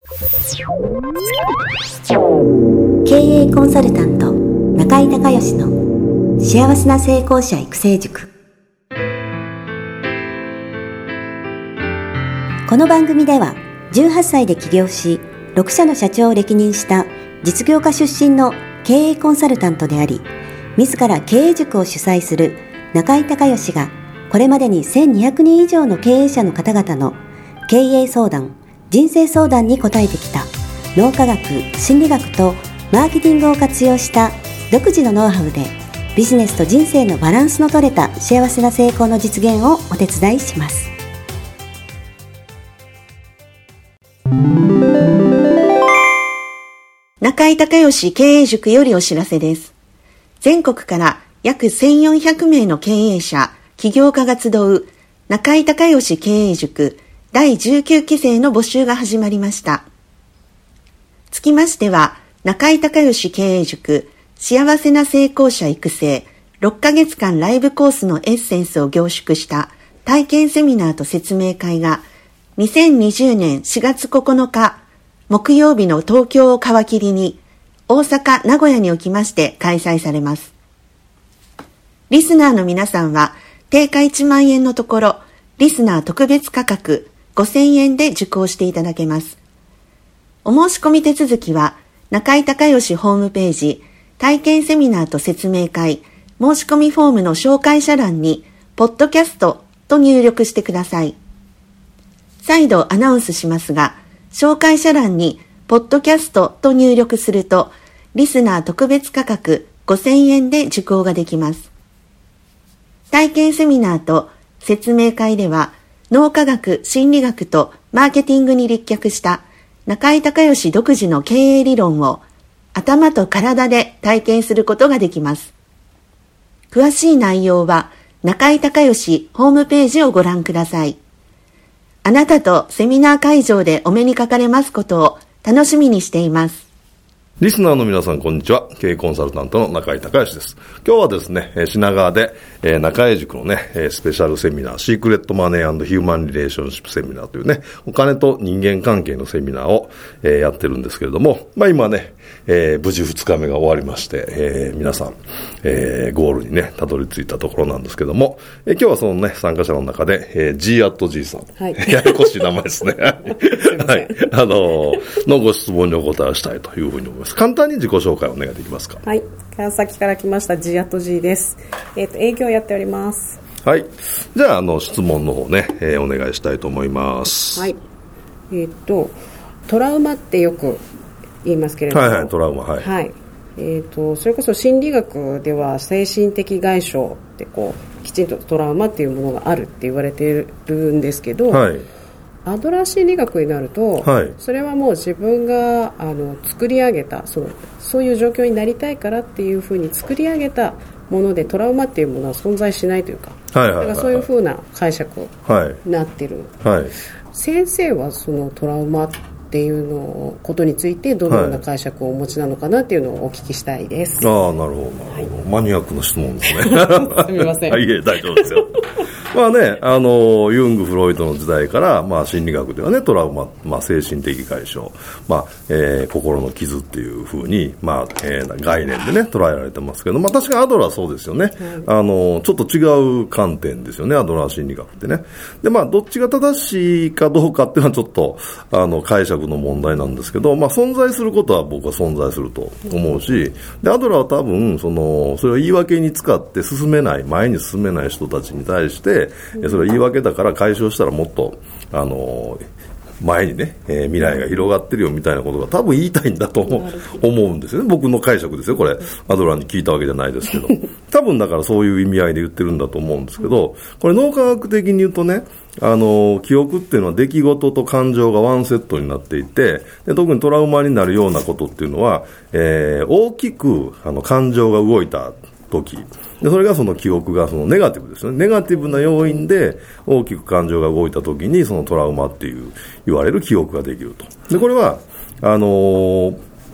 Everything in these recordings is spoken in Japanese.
経営コンサルタント中井孝義の幸せな成功者育成塾。この番組では18歳で起業し6社の社長を歴任した実業家出身の経営コンサルタントであり、自ら経営塾を主催する中井孝義がこれまでに1200人以上の経営者の方々の経営相談、人生相談に応えてきた脳科学、心理学とマーケティングを活用した独自のノウハウでビジネスと人生のバランスの取れた幸せな成功の実現をお手伝いします。 中井孝義経営塾よりお知らせです。全国から約1400名の経営者、起業家が集う中井孝義経営塾第19期生の募集が始まりました。つきましては、中井孝義経営塾幸せな成功者育成6ヶ月間ライブコースのエッセンスを凝縮した体験セミナーと説明会が2020年4月9日木曜日の東京を皮切りに大阪、名古屋におきまして開催されます。リスナーの皆さんは定価1万円のところ、リスナー特別価格5000円で受講していただけます。お申し込み手続きは中井孝義ホームページ体験セミナーと説明会申し込みフォームの紹介者欄にポッドキャストと入力してください。再度アナウンスしますが、紹介者欄にポッドキャストと入力するとリスナー特別価格5000円で受講ができます。体験セミナーと説明会では脳科学、心理学とマーケティングに立脚した中井孝義独自の経営理論を頭と体で体験することができます。詳しい内容は中井孝義ホームページをご覧ください。あなたとセミナー会場でお目にかかれますことを楽しみにしています。 リスナーの皆さん、こんにちは。経営コンサルタントの中井孝義です。今日はですね、品川で、中井塾のね、スペシャルセミナー、シークレットマネー&ヒューマンリレーションシップセミナーというね、お金と人間関係のセミナーを、やってるんですけれども、今ね、無事2日目が終わりまして、皆さん、ゴールにね、たどり着いたところなんですけども、今日はそのね、参加者の中で、G@G さん。はい。ややこしい名前ですね。はい。のご質問にお答えしたいというふうに思います。簡単に自己紹介をお願いできますか。 はい。川崎から来ました G@G です。営業やっております。 はい。じゃあ、質問の方ね、お願いしたいと思います。 はい。トラウマってよく言いますけれども。 はいはい、トラウマ、はい。 はい。それこそ心理学では精神的外傷ってきちんとトラウマっていうものがあるって言われてるんですけど、はい。アドラー心理学になると、はい、それはもう自分が作り上げたそういう状況になりたいからっていうふうに作り上げたものでトラウマっていうものは存在しないというか、はいはいはいはい、だからそういうふうな解釈になってる、はいはい、先生はそのトラウマっていうことについてどのような解釈をお持ちなのかなっていうのをお聞きしたいです。 ああ、なるほど、はい、マニアックな質問ですね。 すみません。 はい、大丈夫ですよ。まあね、ユング・フロイドの時代から、心理学ではね、トラウマ、精神的外傷、心の傷っていうふうに、概念でね、捉えられてますけど、確かにアドラーそうですよね。ちょっと違う観点ですよね、アドラー心理学ってね。で、どっちが正しいかどうかっていうのはちょっと、解釈の問題なんですけど、存在することは僕は存在すると思うし、で、アドラーは多分、それを言い訳に使って前に進めない人たちに対して、それは言い訳だから解消したらもっと前にね、未来が広がってるよみたいなことが多分言いたいんだと思うんですよね。僕の解釈ですよ、これ。アドラーに聞いたわけじゃないですけど。多分だからそういう意味合いで言ってるんだと思うんですけど、これ脳科学的に言うとね、記憶っていうのは出来事と感情がワンセットになっていて、で特にトラウマになるようなことっていうのは、大きく感情が動いた時で、それがその記憶がそのネガティブですよね。ネガティブな要因で大きく感情が動いた時にそのトラウマっていう言われる記憶ができると。で、これは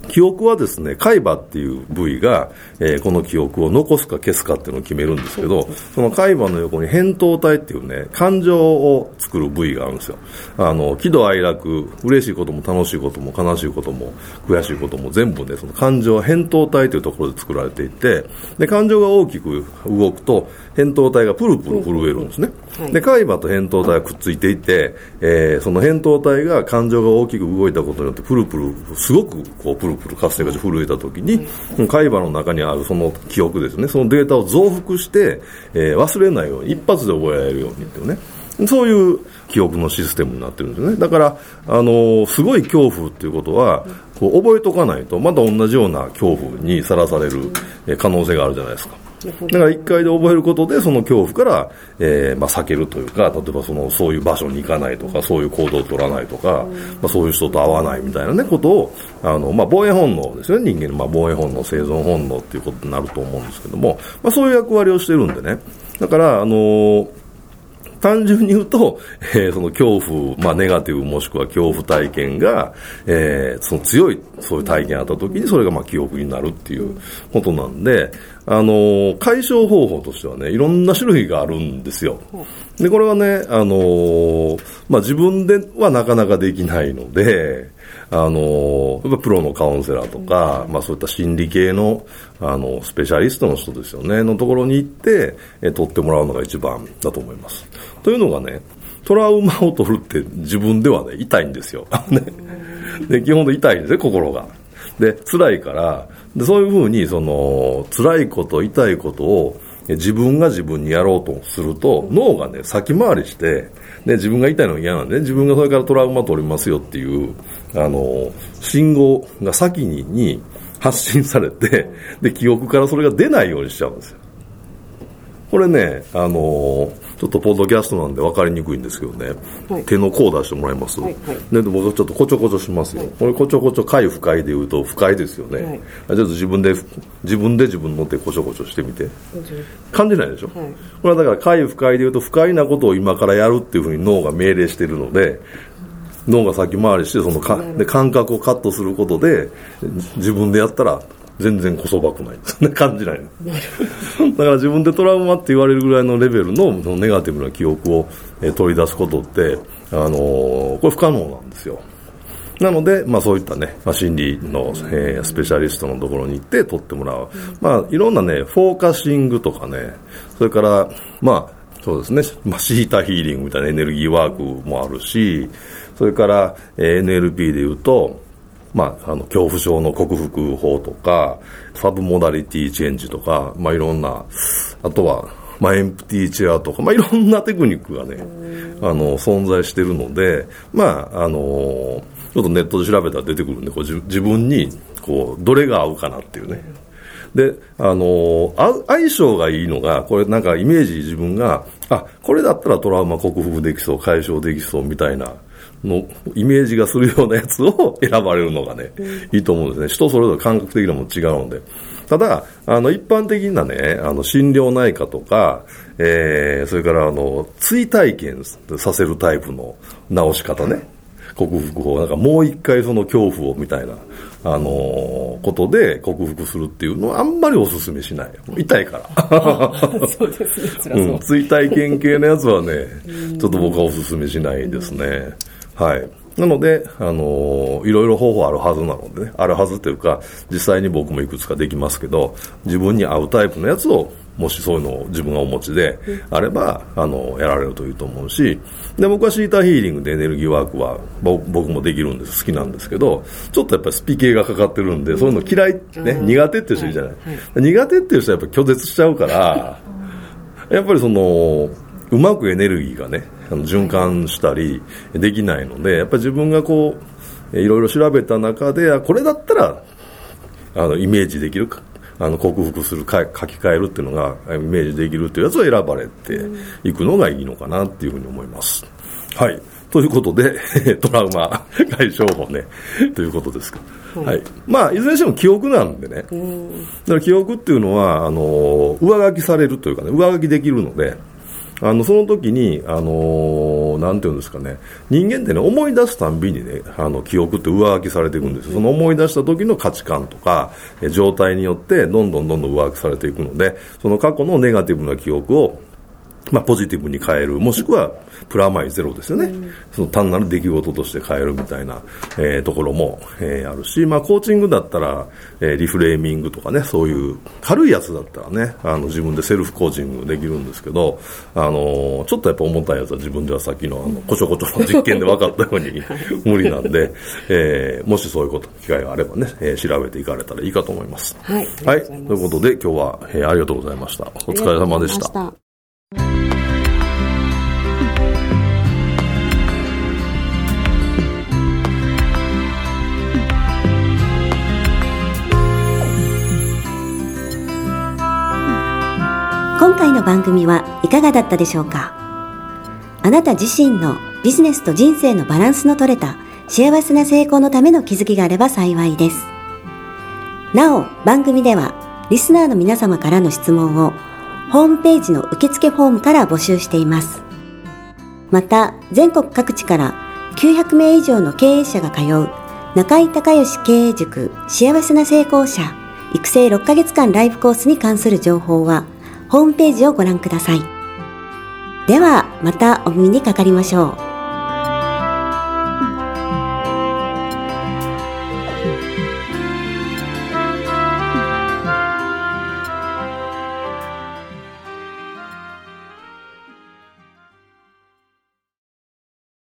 記憶はですね、海馬っていう部位が、この記憶を残すか消すかっていうのを決めるんですけど、その海馬の横に扁桃体っていうね、感情を作る部位があるんですよ。喜怒哀楽、嬉しいことも楽しいことも悲しいことも悔しいことも全部ね、その感情は扁桃体というところで作られていて、で、感情が大きく動くと、扁桃体がプルプル震えるんですね。で、海馬と扁桃体がくっついていて、その扁桃体が感情が大きく動いたことによってプルプル、すごくこうプルプル活性化して震えたときに、海馬の中にあるその記憶ですね、そのデータを増幅して、忘れないように、一発で覚えられるようにっていうね、そういう記憶のシステムになってるんですよね。だから、すごい恐怖っていうことは、こう覚えとかないと、また同じような恐怖にさらされる可能性があるじゃないですか。だから一回で覚えることでその恐怖から、避けるというか、例えばそういう場所に行かないとか、そういう行動を取らないとか、そういう人と会わないみたいなねことを防衛本能ですよね。人間の防衛本能、生存本能っていうことになると思うんですけども、そういう役割をしてるんでね。だから単純に言うと、その恐怖、ネガティブもしくは恐怖体験が、その強いそういう体験があった時にそれが記憶になるっていうことなんで、解消方法としてはね、いろんな種類があるんですよ。で、これはね、自分ではなかなかできないので、やっぱプロのカウンセラーとか、そういった心理系の、スペシャリストの人ですよね、のところに行って、取ってもらうのが一番だと思います。というのがね、トラウマを取るって自分ではね、痛いんですよ。ね。で、基本で痛いんですね、心が。で、辛いから、で、そういうふうに、辛いこと、痛いことを、自分が自分にやろうとすると、脳がね、先回りして、で、自分が痛いのが嫌なんで、自分がそれからトラウマ取りますよっていう、信号が先に発信されて、で、記憶からそれが出ないようにしちゃうんですよ。これね、ちょっとポッドキャストなんで分かりにくいんですけどね、はい、手の甲を出してもらいます、はいはい、で僕はちょっとこちょこちょしますよ、はい、これこちょこちょ快不快で言うと不快ですよね、はい、ちょっと自分で自分の手こちょこちょしてみて、感じないでしょ、はい、これはだから快不快で言うと不快なことを今からやるっていうふうに脳が命令しているので、脳が先回りしてで感覚をカットすることで自分でやったら全然こそばくないですね、感じないだから自分でトラウマって言われるぐらいのレベルのネガティブな記憶を取り出すことってこれ不可能なんですよ。なので、そういったね、心理の、スペシャリストのところに行って取ってもらう、いろんなねフォーカシングとかね、それからそうですね、シータヒーリングみたいなエネルギーワークもあるし、それから、NLP で言うと恐怖症の克服法とか、サブモダリティチェンジとか、いろんな、あとは、エンプティーチェアとか、いろんなテクニックがね、存在しているので、ちょっとネットで調べたら出てくるんで、自分に、どれが合うかなっていうね。で、相性がいいのが、これなんかイメージ自分が、これだったらトラウマ克服できそう、解消できそうみたいな、のイメージがするようなやつを選ばれるのがね、いいと思うんですね。人それぞれ感覚的なもの違うので。ただ、一般的なね、心療内科とか、それから追体験させるタイプの治し方ね、克服法、なんかもう一回その恐怖をみたいな、ことで克服するっていうのはあんまりお勧めしない。痛いから。 そうですね、 追体験系のやつはね、ちょっと僕はお勧めしないですね。はい。なので、いろいろ方法あるはずなのでね、あるはずというか、実際に僕もいくつかできますけど、自分に合うタイプのやつを、もしそういうのを自分がお持ちであれば、やられるといいと思うし、で、僕はシータヒーリングでエネルギーワークは、僕もできるんです、好きなんですけど、ちょっとやっぱりスピ系がかかってるんで、そういうの嫌い、ね、苦手っていう人いるじゃない。苦手っていう人はやっぱり拒絶しちゃうから、やっぱりうまくエネルギーがね、循環したりできないので、やっぱり自分がいろいろ調べた中で、これだったらイメージできるか、克服する書き換えるっていうのがイメージできるっていうやつを選ばれていくのがいいのかなっていうふうに思います。はい。ということでトラウマ解消法ねということですか。はい。いずれにしても記憶なんでね。だから記憶っていうのは上書きされるというかね、上書きできるので。 その時に、なんていうんですかね、人間ってね、思い出すたんびにね、記憶って上書きされていくんですよ。その思い出した時の価値観とか、状態によって、どんどん上書きされていくので、その過去のネガティブな記憶を、ポジティブに変える、もしくはプラマイゼロですよね、その単なる出来事として変えるみたいな、ところも、あるし、コーチングだったら、リフレーミングとかね、そういう軽いやつだったらね、自分でセルフコーチングできるんですけど、ちょっとやっぱ重たいやつは自分ではさっきのこちょこちょの実験で分かったように無理なんで、もしそういうこと機会があればね、調べていかれたらいいかと思います。 はい、 はい、ということで今日は、ありがとうございました。お疲れ様でした。 今回の番組はいかがだったでしょうか。あなた自身のビジネスと人生のバランスの取れた幸せな成功のための気づきがあれば幸いです。なお、番組ではリスナーの皆様からの質問をホームページの受付フォームから募集しています。また、全国各地から900名以上の経営者が通う中井孝義経営塾幸せな成功者育成6ヶ月間ライブコースに関する情報はホームページをご覧ください。ではまたお耳にかかりましょう。